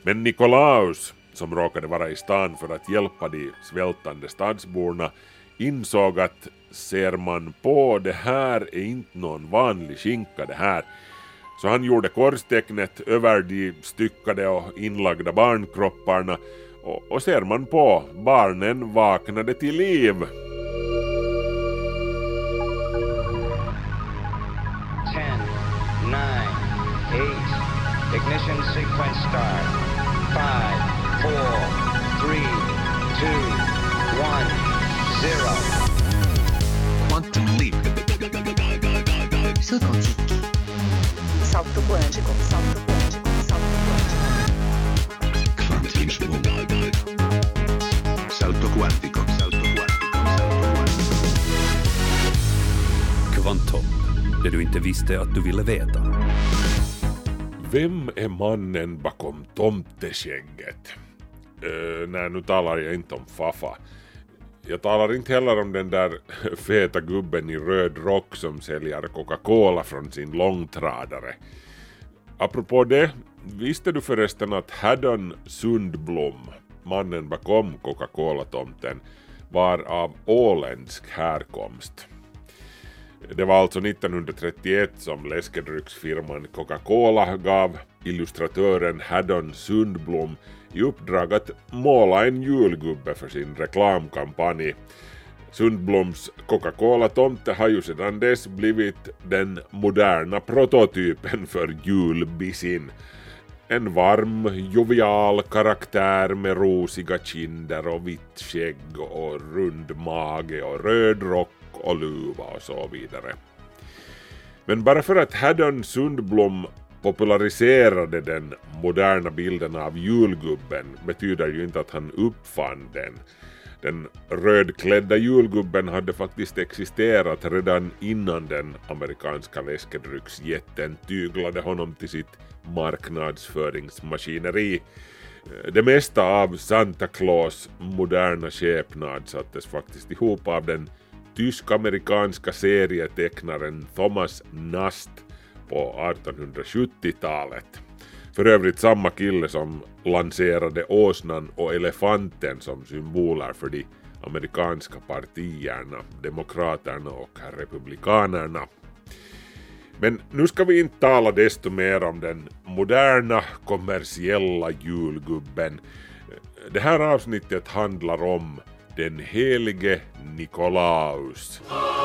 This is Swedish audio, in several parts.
Men Nikolaus, som råkade vara i stan för att hjälpa de svältande stadsborna, insåg att ser man på det här är inte någon vanlig skinka det här. Så han gjorde korstecknet över de styckade och inlagda barnkropparna och ser man på, barnen vaknade till liv. 10, 9, 8, ignition sequence start. 5, 4, 3, 2, 1, 0. Quantum leap. Salto quântico. Salto quântico. Salto quântico. Salto quântico. Kvantinsprung. Salto quantico. Salto quantico. Salto quantico. Kvantum. Det du inte visste att du ville veta. Vem är mannen bakom tomteskägget? Nej, nu talar jag inte om Fafa. Jag talar inte heller om den där feta gubben i röd rock som säljer Coca-Cola från sin långtradare. Apropå det, visste du förresten att Haddon Sundblom, mannen bakom Coca-Cola-tomten, var av åländsk härkomst? Det var alltså 1931 som läskedrycksfirman Coca-Cola gav illustratören Haddon Sundblom i uppdrag att måla en julgubbe för sin reklamkampanj. Sundbloms Coca-Cola-tomte har ju sedan dess blivit den moderna prototypen för julbissin. En varm, jovial karaktär med rosiga kinder och vitt skägg och rund mage och röd rock och luva och så vidare. Men bara för att Haddon Sundblom populariserade den moderna bilden av julgubben betyder ju inte att han uppfann den. Den rödklädda julgubben hade faktiskt existerat redan innan den amerikanska läskedrycksjätten tyglade honom till sitt marknadsföringsmaskineri. Det mesta av Santa Claus moderna skepnad sattes faktiskt ihop av den tysk-amerikanska serietecknaren Thomas Nast på 1870-talet. För övrigt samma kille som lanserade åsnan och elefanten som symboler för de amerikanska partierna, demokraterna och republikanerna. Men nu ska vi inte tala desto mer om den moderna kommersiella julgubben. Det här avsnittet handlar om den helige Nikolaus.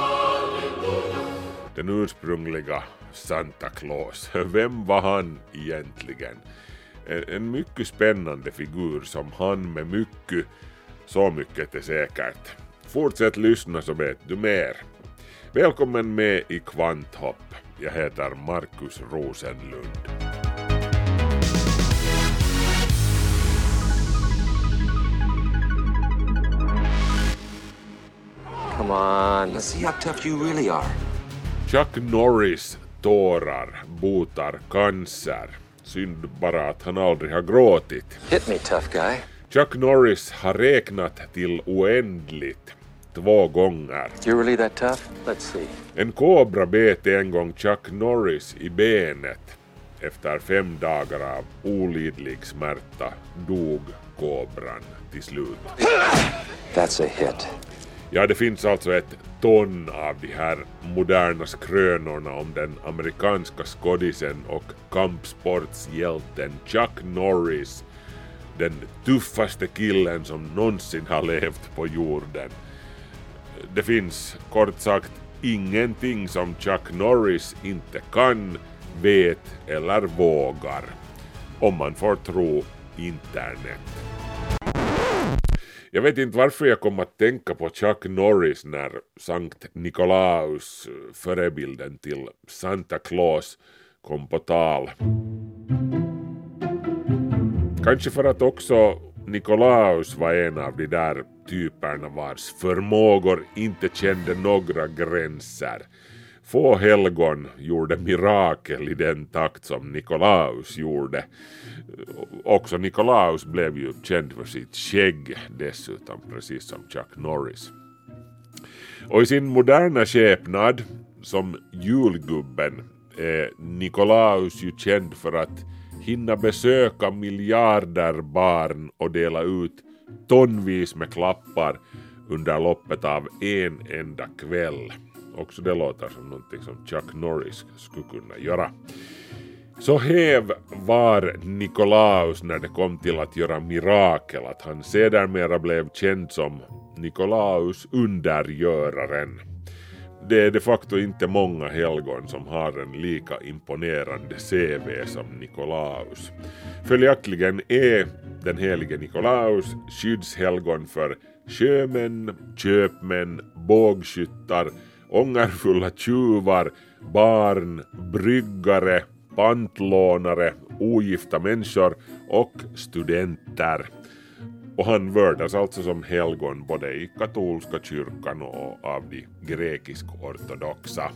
Den ursprungliga Santa Claus. Vem var han egentligen? En mycket spännande figur som han med mycket, så mycket är säkert. Fortsätt lyssna så vet du mer. Välkommen med i Kvanthopp. Jag heter Markus Rosenlund. Come on, let's see how tough you really are. Chuck Norris tårar botar cancer. Synd bara att han aldrig har gråtit. Hit me, tough guy. Chuck Norris har räknat till oändligt 2 gånger. You really that tough? Let's see. En kobra bet en gång Chuck Norris i benet. Efter 5 dagar av olidlig smärta dog kobran till slut. That's a hit. Ja, det finns alltså ett ton av de här moderna skrönorna om den amerikanska skådisen och kampsportshjälten Chuck Norris, den tuffaste killen som någonsin har levt på jorden. Det finns kort sagt ingenting som Chuck Norris inte kan, vet eller vågar, om man får tro internet. Jag vet inte varför jag kom att tänka på Chuck Norris när Sankt Nikolaus, förebilden till Santa Claus, kom på tal. Kanske för att också Nikolaus var en av de där typerna vars förmågor inte kände några gränser. Få helgon gjorde mirakel i den takt som Nikolaus gjorde. Också Nikolaus blev ju känd för sitt skägg dessutom, precis som Chuck Norris. Och i sin moderna skepnad som julgubben är Nikolaus ju känd för att hinna besöka miljarder barn och dela ut tonvis med klappar under loppet av en enda kväll. Också det låter som någonting som Chuck Norris skulle kunna göra. Så häv var Nikolaus när det kom till att göra mirakel, att han sedermera blev känd som Nikolaus undergöraren. Det är de facto inte många helgon som har en lika imponerande CV som Nikolaus. Följaktligen är den helige Nikolaus skyddshelgon för sjömän, köpmän, bågskyttar, ångerfulla tjuvar, barn, bryggare, pantlånare, ogifta människor och studenter. Och han vördas alltså som helgon både i katolska kyrkan och av de grekisk-ortodoxa.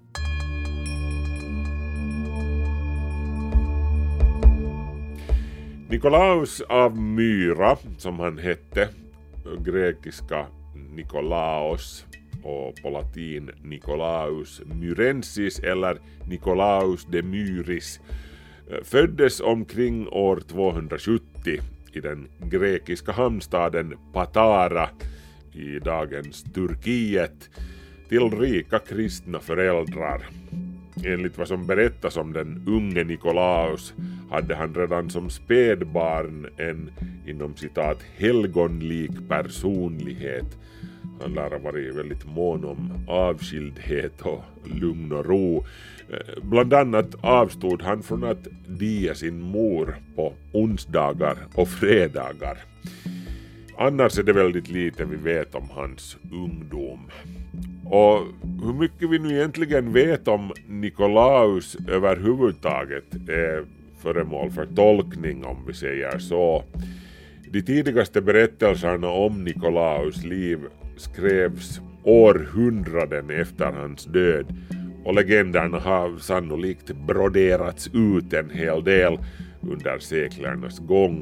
Nikolaus av Myra, som han hette, grekiska Nikolaos och på latin Nikolaus Myrensis eller Nikolaus de Myris, föddes omkring år 270 i den grekiska hamnstaden Patara i dagens Turkiet till rika kristna föräldrar. Enligt vad som berättas om den unge Nikolaus hade han redan som spädbarn en inom citat helgonlik personlighet. Han lär ha varit väldigt mån om avskildhet och lugn och ro. Bland annat avstod han från att dia sin mor på onsdagar och fredagar. Annars är det väldigt lite vi vet om hans ungdom. Och hur mycket vi nu egentligen vet om Nikolaus överhuvudtaget är föremål för tolkning, om vi säger så. De tidigaste berättelserna om Nikolaus liv skrevs århundraden efter hans död och legenderna har sannolikt broderats ut en hel del under seklernas gång.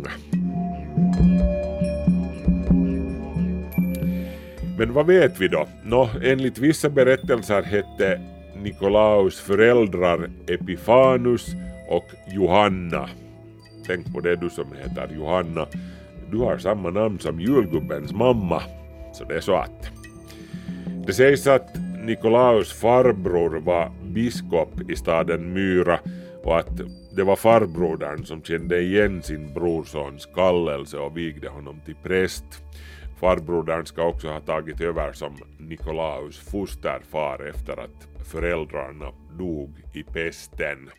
Men vad vet vi då? Enligt vissa berättelser hette Nikolaus föräldrar Epifanus och Johanna. Tänk på det, du som heter Johanna. Du har samma namn som julgubbens mamma. Så det är så att. Det sägs att Nikolaus farbror var biskop i staden Myra och att det var farbrodern som kände igen sin brorsons kallelse och vigde honom till präst. Farbrodern ska också ha tagit över som Nikolaus fosterfar efter att föräldrarna dog i pesten.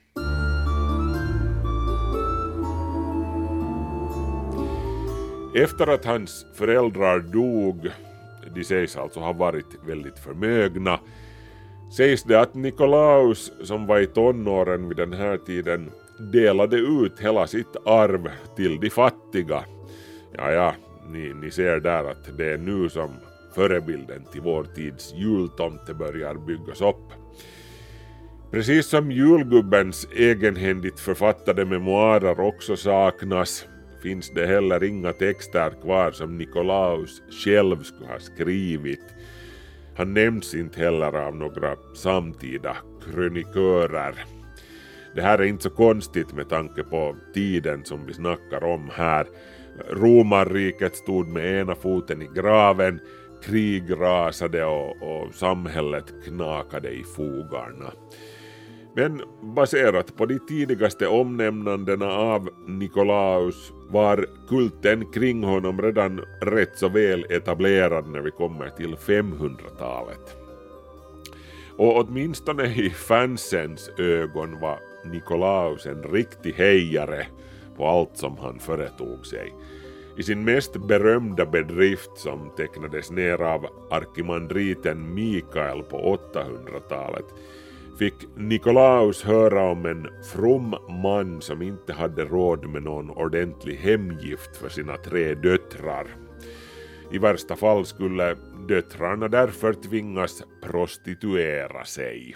Efter att hans föräldrar dog, de sägs alltså ha varit väldigt förmögna, sägs det att Nikolaus, som var i tonåren vid den här tiden, delade ut hela sitt arv till de fattiga. Ja, ni ser där att det är nu som förebilden till vår tids jultomte börjar byggas upp. Precis som julgubbens egenhändigt författade memoarer också saknas, finns det heller inga texter kvar som Nikolaus själv skulle ha skrivit. Han nämns inte heller av några samtida krönikörer. Det här är inte så konstigt med tanke på tiden som vi snackar om här. Romarriket stod med ena foten i graven, krig rasade och samhället knakade i fogarna. Men baserat på de tidigaste omnämnandena av Nikolaus var kulten kring honom redan rätt så väl etablerad när vi kommer till 500-talet. Och åtminstone i fansens ögon var Nikolaus en riktig hejare på allt som han företog sig. I sin mest berömda bedrift, som tecknades ner av arkimandriten Mikael på 800-talet, fick Nikolaus höra om en from man som inte hade råd med någon ordentlig hemgift för sina 3 döttrar. I värsta fall skulle döttrarna därför tvingas prostituera sig.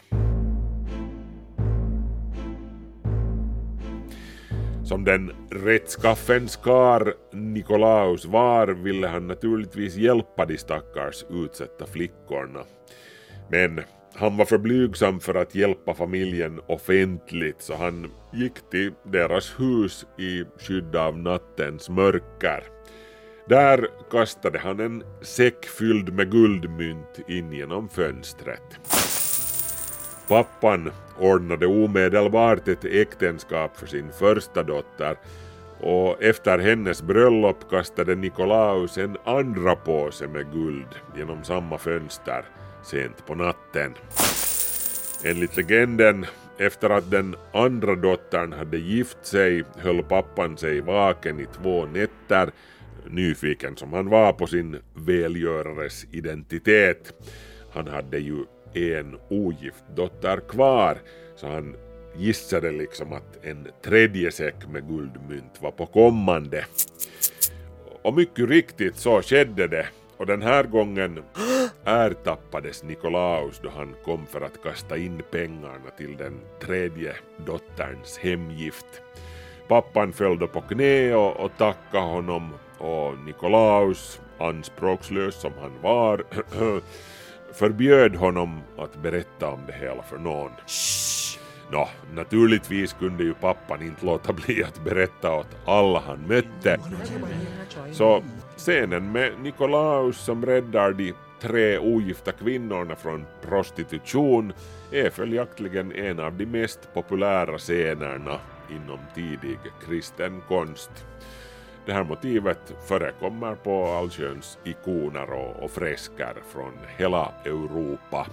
Som den rättskaffens kar Nikolaus var ville han naturligtvis hjälpa de stackars utsatta flickorna. Men han var för blygsam för att hjälpa familjen offentligt, så han gick till deras hus i skydd av nattens mörker. Där kastade han en säck fylld med guldmynt in genom fönstret. Pappan ordnade omedelbart ett äktenskap för sin första dotter, och efter hennes bröllop kastade Nikolaus en andra påse med guld genom samma fönster sent på natten. Enligt legenden, efter att den andra dottern hade gift sig, höll pappan sig vaken i 2 nätter, nyfiken som han var på sin välgörares identitet. Han hade ju en ogift dotter kvar, så han gissade liksom att en tredje säck med guldmynt var på kommande. Och mycket riktigt så skedde det, och den här gången ertappades Nikolaus då han kom för att kasta in pengarna till den tredje dotterns hemgift. Pappan föll då på knä och tackade honom, och Nikolaus, anspråkslös som han var, förbjöd honom att berätta om det hela för någon. Nå, naturligtvis kunde ju pappan inte låta bli att berätta åt alla han mötte. Så scenen med Nikolaus som räddar de 3 ogifta kvinnorna från prostitution är följaktligen en av de mest populära scenerna inom tidig kristen konst. Det här motivet förekommer på allsköns ikoner och fresker från hela Europa.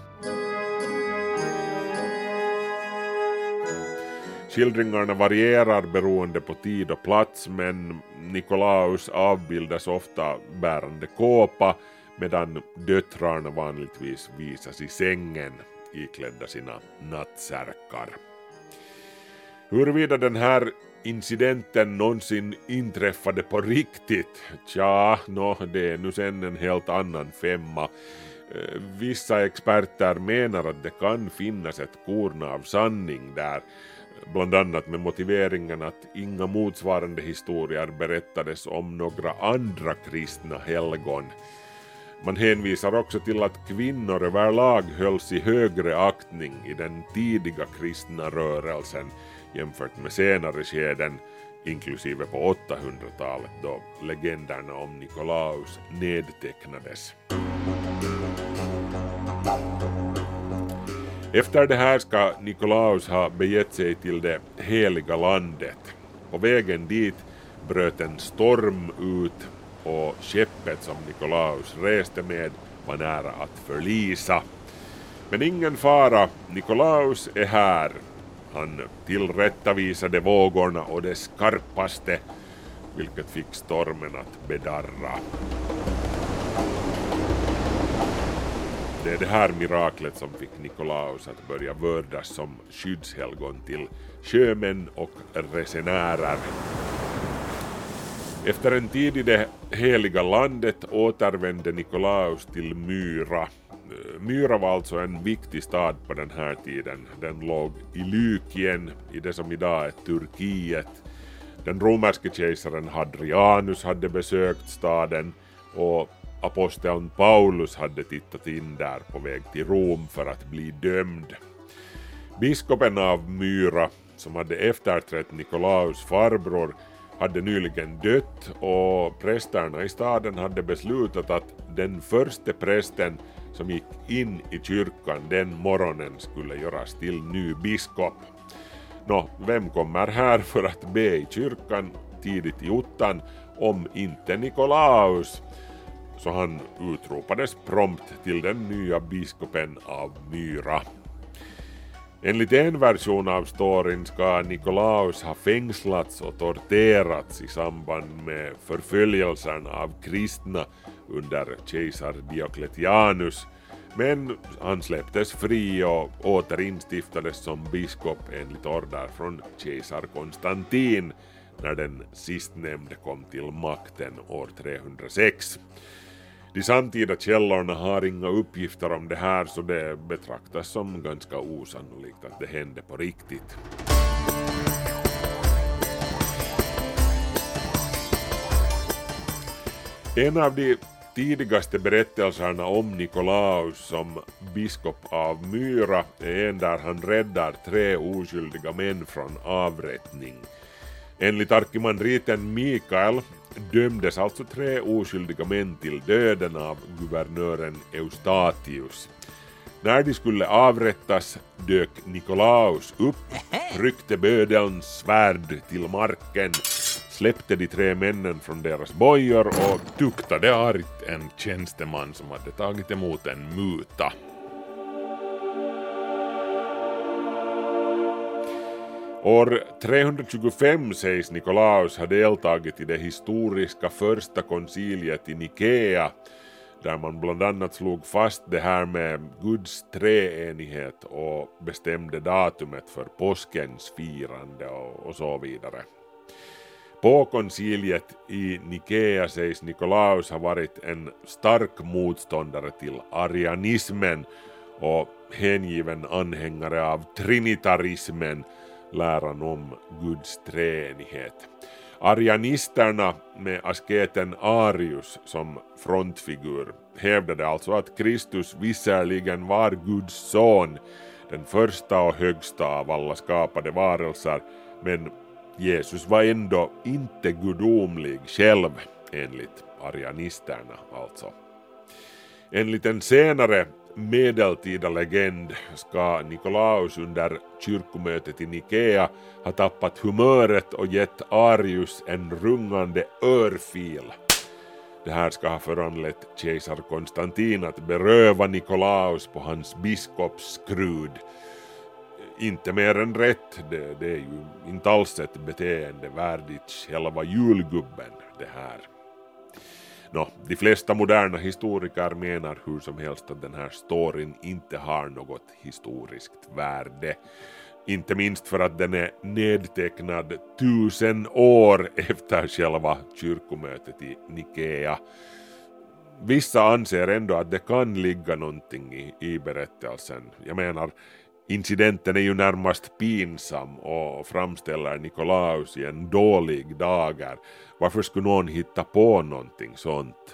Skildringarna varierar beroende på tid och plats, men Nikolaus avbildas ofta bärande kåpa, medan döttrarna vanligtvis visas i sängen iklädda sina nattsärkar. Huruvida den här incidenten någonsin inträffade på riktigt, det är nu sen en helt annan femma. Vissa experter menar att det kan finnas ett korn av sanning där, bland annat med motiveringen att inga motsvarande historier berättades om några andra kristna helgon. Man hänvisar också till att kvinnor överlag hölls i högre aktning i den tidiga kristna rörelsen jämfört med senare skeden, inklusive på 800-talet då legenderna om Nikolaus nedtecknades. Efter det här ska Nikolaus ha begett sig till det heliga landet. På vägen dit bröt en storm ut, och skeppet som Nikolaus reste med var nära att förlisa. Men ingen fara, Nikolaus är här. Han tillrättavisade vågorna och det skarpaste, vilket fick stormen att bedarra. Det är det här miraklet som fick Nikolaus att börja vördas som skyddshelgon till sjömän och resenärer. Efter en tid i det heliga landet återvände Nikolaus till Myra. Myra var alltså en viktig stad på den här tiden. Den låg i Lykien, i det som idag är Turkiet. Den romerske kejsaren Hadrianus hade besökt staden, och aposteln Paulus hade tittat in där på väg till Rom för att bli dömd. Biskopen av Myra, som hade efterträtt Nikolaus farbror, hade nyligen dött, och prästerna i staden hade beslutat att den första prästen som gick in i kyrkan den morgonen skulle göras till ny biskop. Vem kommer här för att be i kyrkan tidigt i ottan om inte Nikolaus? Så han utropades prompt till den nya biskopen av Myra. Enligt en version av storyn ska Nikolaus ha fängslats och torterats i samband med förföljelsen av kristna under kejsar Diocletianus, men han släpptes fri och återinstiftades som biskop enligt order från kejsar Konstantin när den sistnämnde kom till makten år 306. De samtida källorna har inga uppgifter om det här, så det betraktas som ganska osannolikt att det hände på riktigt. En av de tidigaste berättelserna om Nikolaus som biskop av Myra är en där han räddar 3 oskyldiga män från avrättning. Enligt arkimandriten Mikael dömdes alltså 3 oskyldiga män till döden av guvernören Eustatius. När de skulle avrättas dök Nikolaus upp, ryckte bödelns svärd till marken, släppte de 3 männen från deras bojor och tuktade argt en tjänsteman som hade tagit emot en muta. År 325 sägs Nikolaus ha deltagit i det historiska första konciliet i Nikea, där man bland annat slog fast det här med Guds treenighet och bestämde datumet för påskens firande och så vidare. På konciliet i Nikea sägs Nikolaus ha varit en stark motståndare till arianismen och hängiven anhängare av trinitarismen, läran om Guds treenighet. Arianisterna med asketen Arius som frontfigur hävdade alltså att Kristus visserligen var Guds son, den första och högsta av alla skapade varelser, men Jesus var ändå inte gudomlig själv, enligt arianisterna alltså. Enligt en senare medeltida legend ska Nikolaus under kyrkomötet i Nikea ha tappat humöret och gett Arius en rungande örfil. Det här ska ha föranlett kejsar Konstantin att beröva Nikolaus på hans biskopsskrud. Inte mer än rätt, det är ju inte alls ett beteende värdigt själva julgubben det här. De flesta moderna historiker menar hur som helst att den här storyn inte har något historiskt värde. Inte minst för att den är nedtecknad 1000 år efter själva kyrkomötet i Nikea. Vissa anser ändå att det kan ligga någonting i berättelsen. Jag menar, incidenten är ju närmast pinsam och framställer Nikolaus i en dålig dager. Varför skulle någon hitta på någonting sånt?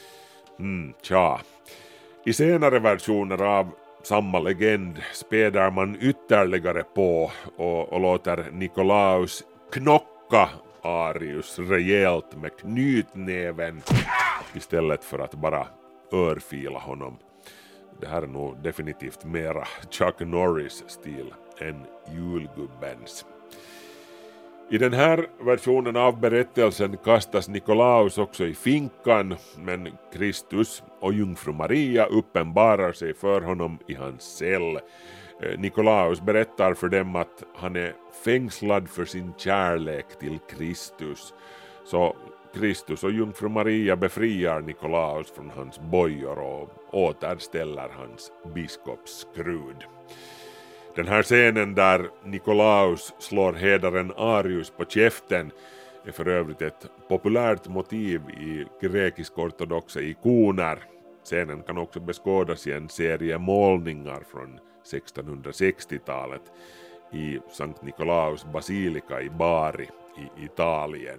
I senare versioner av samma legend späder man ytterligare på och låter Nikolaus knocka Arius rejält med knytnäven istället för att bara örfila honom. Det här är nog definitivt mera Chuck Norris-stil än julgubbens. I den här versionen av berättelsen kastas Nikolaus också i finkan, men Kristus och jungfru Maria uppenbarar sig för honom i hans cell. Nikolaus berättar för dem att han är fängslad för sin kärlek till Kristus. Så Kristus och jungfru Maria befriar Nikolaus från hans bojor och återställer hans biskopsskrud. Den här scenen där Nikolaus slår hedaren Arius på käften är för övrigt ett populärt motiv i grekisk-ortodoxa ikoner. Scenen kan också beskådas i en serie målningar från 1660-talet i Sankt Nikolaus basilika i Bari i Italien.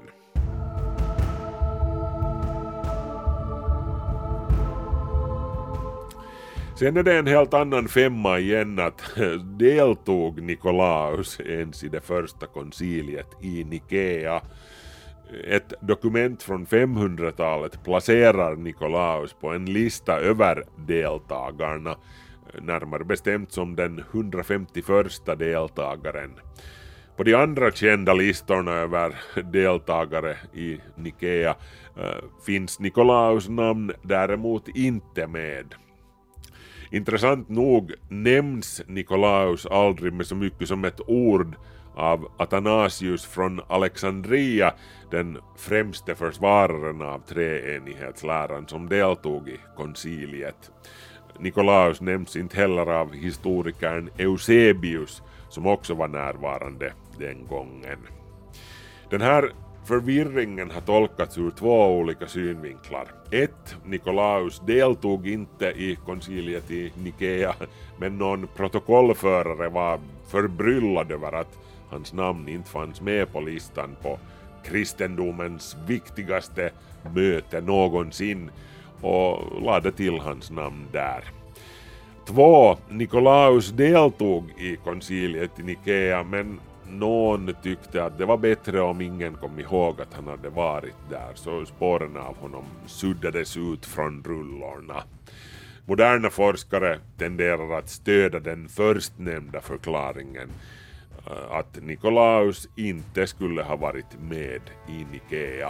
Sen är det en helt annan femma igen att deltog Nikolaus ens i det första konciliet i Nikea. Ett dokument från 500-talet placerar Nikolaus på en lista över deltagarna, närmare bestämt som den 151:a deltagaren. På de andra kända listorna över deltagare i Nikea finns Nikolaus namn däremot inte med. Intressant nog nämns Nikolaus aldrig med så mycket som ett ord av Athanasius från Alexandria, den främste försvararen av treenighetsläran som deltog i konciliet. Nikolaus nämns inte heller av historikern Eusebius som också var närvarande den gången. Den här förvirringen har tolkats ur 2 olika synvinklar. 1. Nikolaus deltog inte i konciliet i Nikea, men någon protokollförare var förbryllad över att hans namn inte fanns med på listan på kristendomens viktigaste möte någonsin, och lade till hans namn där. 2. Nikolaus deltog i konciliet i Nikea, men någon tyckte att det var bättre om ingen kom ihåg att han hade varit där, så spåren av honom suddades ut från rullorna. Moderna forskare tenderar att stödja den förstnämnda förklaringen, att Nikolaus inte skulle ha varit med i Nikea.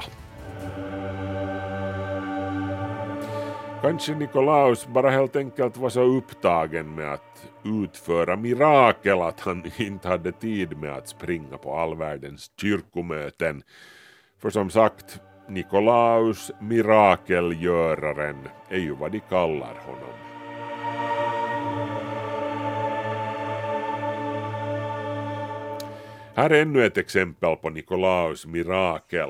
Kanske Nikolaus bara helt enkelt var så upptagen med att utföra mirakel att han inte hade tid med att springa på all världens kyrkomöten. För som sagt, Nikolaus, mirakelgöraren, är ju vad de kallar honom. Här är ännu ett exempel på Nikolaus mirakel.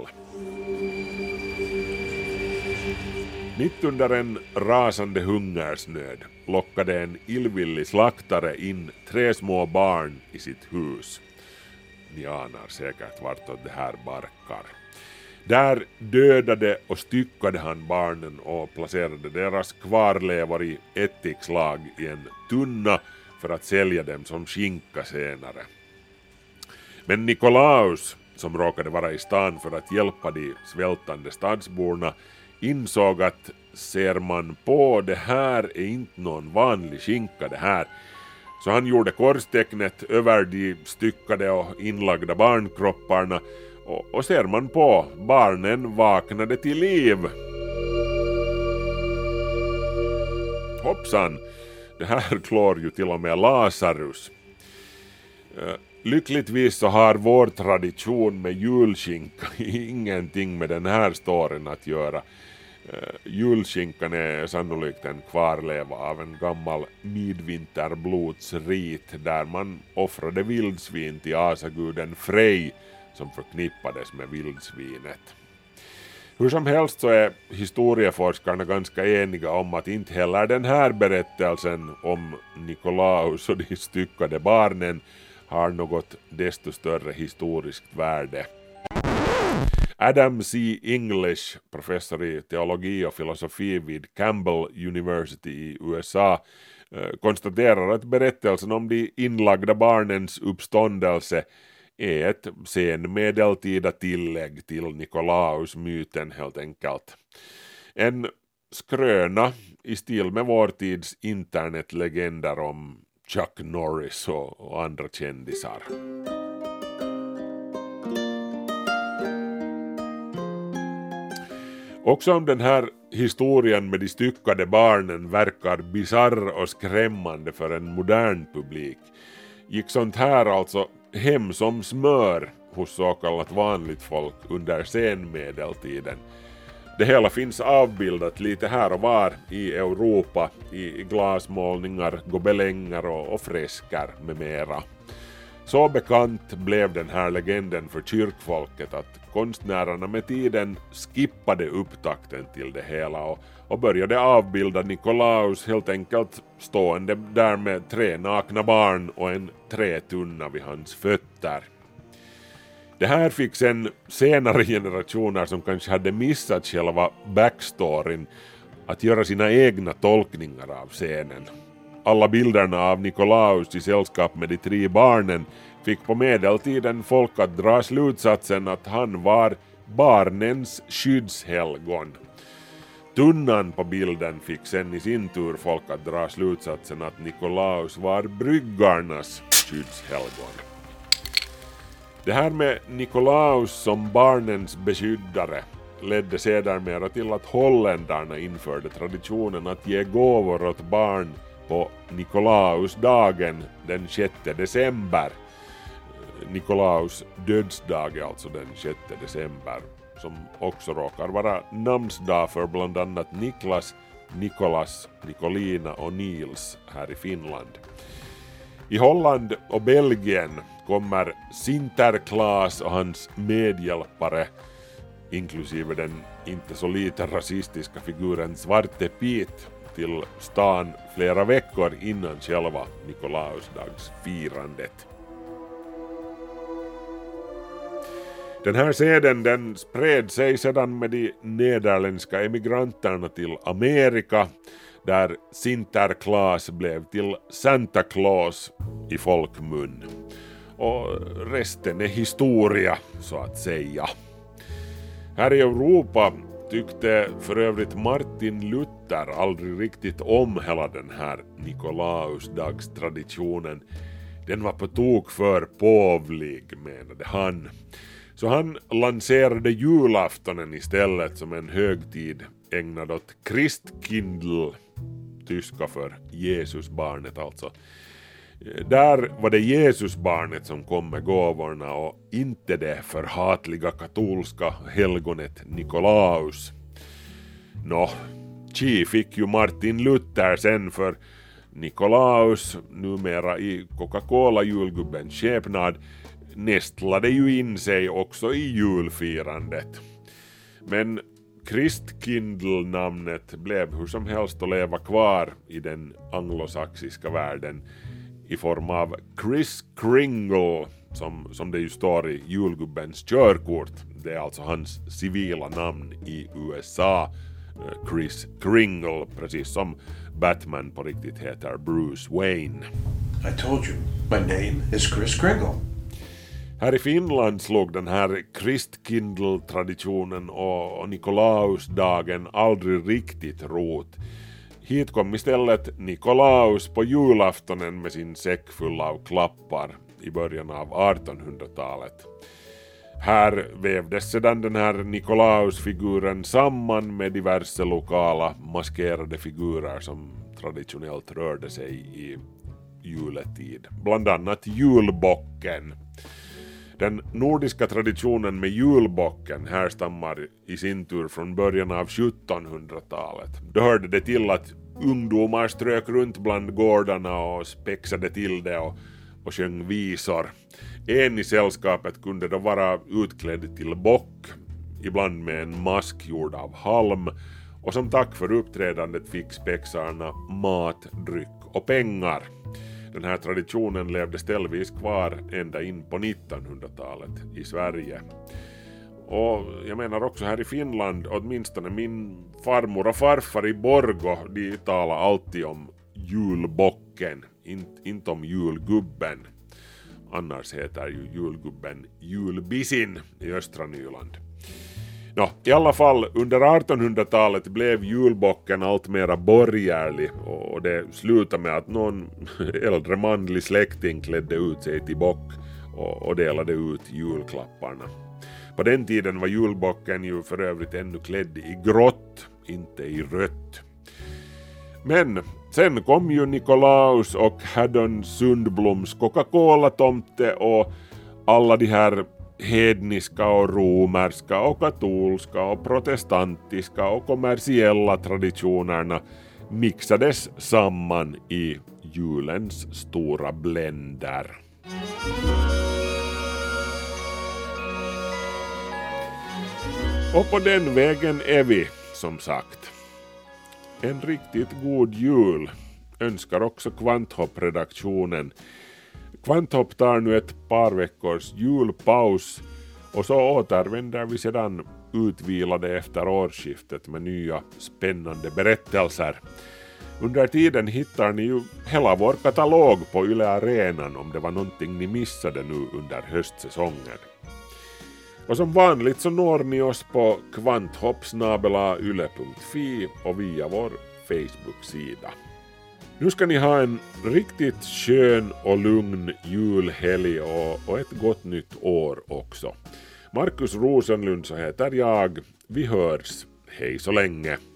Mitt under en rasande hungersnöd lockade en illvillig slaktare in 3 små barn i sitt hus. Ni anar säkert vartåt det här barkar. Där dödade och styckade han barnen och placerade deras kvarlevor i ättikslag i en tunna för att sälja dem som skinka senare. Men Nikolaus, som råkade vara i stan för att hjälpa de svältande stadsborna, insåg att ser man på det här är inte någon vanlig skinka det här. Så han gjorde korstecknet över de styckade och inlagda barnkropparna och ser man på, barnen vaknade till liv. Hoppsan, det här klår ju till och med Lazarus. Lyckligtvis så har vår tradition med julskinka ingenting med den här storyn att göra. Julskinkan är sannolikt en kvarleva av en gammal midvinterblodsrit där man offrade vildsvin till asaguden Frej som förknippades med vildsvinet. Hur som helst så är historieforskarna ganska eniga om att inte heller den här berättelsen om Nikolaus och de styckade barnen har något desto större historiskt värde. Adam C. English, professor i teologi och filosofi vid Campbell University i USA, konstaterar att berättelsen om de inlagda barnens uppståndelse är ett senmedeltida tillägg till Nikolaus-myten helt enkelt. En skröna i stil med vår tids internetlegender om Chuck Norris och andra kändisar. Också om den här historien med de styckade barnen verkar bizarr och skrämmande för en modern publik, gick sånt här alltså hem som smör hos så kallat vanligt folk under senmedeltiden. Det hela finns avbildat lite här och var i Europa i glasmålningar, gobelänger och fresker med mera. Så bekant blev den här legenden för kyrkfolket att konstnärerna med tiden skippade upptakten till det hela och började avbilda Nikolaus helt enkelt stående där med 3 nakna barn och en trätunna vid hans fötter. Det här fick sen senare generationer som kanske hade missat själva backstoryn att göra sina egna tolkningar av scenen. Alla bilderna av Nikolaus i sällskap med de 3 barnen fick på medeltiden folk att dra slutsatsen att han var barnens skyddshelgon. Tunnan på bilden fick sen i sin tur folk att dra slutsatsen att Nikolaus var bryggarnas skyddshelgon. Det här med Nikolaus som barnens beskyddare ledde sedermera till att holländarna införde traditionen att ge gåvor åt barn på Nikolausdagen den 6 december. Nikolaus dödsdag är alltså den 6 december, som också råkar vara namnsdag för bland annat Niklas, Nikolas, Nikolina och Nils här i Finland. I Holland och Belgien kommer Sinterklaas och hans medhjälpare, inklusive den inte så lite rasistiska figuren Svarte Piet, till stan flera veckor innan själva Nikolausdagsfirandet. Den här seden den spred sig sedan med de nederländska emigranterna till Amerika, där Sinterklaas blev till Santa Claus i folkmun. Och resten är historia, så att säga. Här i Europa tyckte för övrigt Martin Luther aldrig riktigt om hela den här Nikolausdagstraditionen. Den var på tok för påvlig, menade han. Så han lanserade julaftonen istället som en högtid ägnad åt Christkindl, tyska för Jesusbarnet alltså. Där var det Jesusbarnet som kom med gåvorna och inte det förhatliga katolska helgonet Nikolaus. Chi fick ju Martin Luther sen, för Nikolaus, numera i Coca-Cola-julgubbens skepnad, nästlade ju in sig också i julfirandet. Men Christkindl-namnet blev hur som helst att leva kvar i den anglosaxiska världen i form av Kris Kringle, som det ju står i julgubbens körkort. Det är alltså hans civila namn i USA, Kris Kringle, precis som Batman på riktigt heter Bruce Wayne. I told you, my name is Kris Kringle. Här i Finland slog den här Christkindl-traditionen och Nikolausdagen aldrig riktigt rot. Hit kom istället Nikolaus på julaftonen med sin säck full av klappar i början av 1800-talet. Här vävdes sedan den här Nikolausfiguren samman med diverse lokala maskerade figurer som traditionellt rörde sig i juletid. Bland annat julbocken. Den nordiska traditionen med julbocken härstammar i sin tur från början av 1700-talet. Då hörde det till att ungdomar strök runt bland gårdarna och spexade till det och sjöng visor. En i sällskapet kunde då vara utklädd till bock, ibland med en mask gjord av halm, och som tack för uppträdandet fick spexarna mat, dryck och pengar. Den här traditionen levde ställvis kvar ända in på 1900-talet i Sverige. Och jag menar också här i Finland, åtminstone min farmor och farfar i Borgå, de talar alltid om julbocken, inte om julgubben. Annars heter ju julgubben julbisin i östra Nyland. I alla fall, under 1800-talet blev julbocken allt mera borgerlig och det slutade med att någon äldre manlig släkting klädde ut sig till bock och delade ut julklapparna. På den tiden var julbocken ju för övrigt ännu klädd i grått, inte i rött. Men sen kom ju Nikolaus och Haddon Sundbloms Coca-Cola-tomte och alla de här hedniska och romerska och katolska och protestantiska och kommersiella traditionerna mixades samman i julens stora blender. Och på den vägen är vi, som sagt. En riktigt god jul önskar också Kvanthopp-redaktionen. Kvanthopp tar nu ett par veckors julpaus och så återvänder vi sedan utvilade efter årsskiftet med nya spännande berättelser. Under tiden hittar ni ju hela vår katalog på Yle Arenan om det var någonting ni missade nu under höstsäsongen. Och som vanligt så når ni oss på kvanthopp@yle.fi och via vår Facebook-sida. Nu ska ni ha en riktigt skön och lugn julhelg och ett gott nytt år också. Markus Rosenlund så heter jag. Vi hörs. Hej så länge.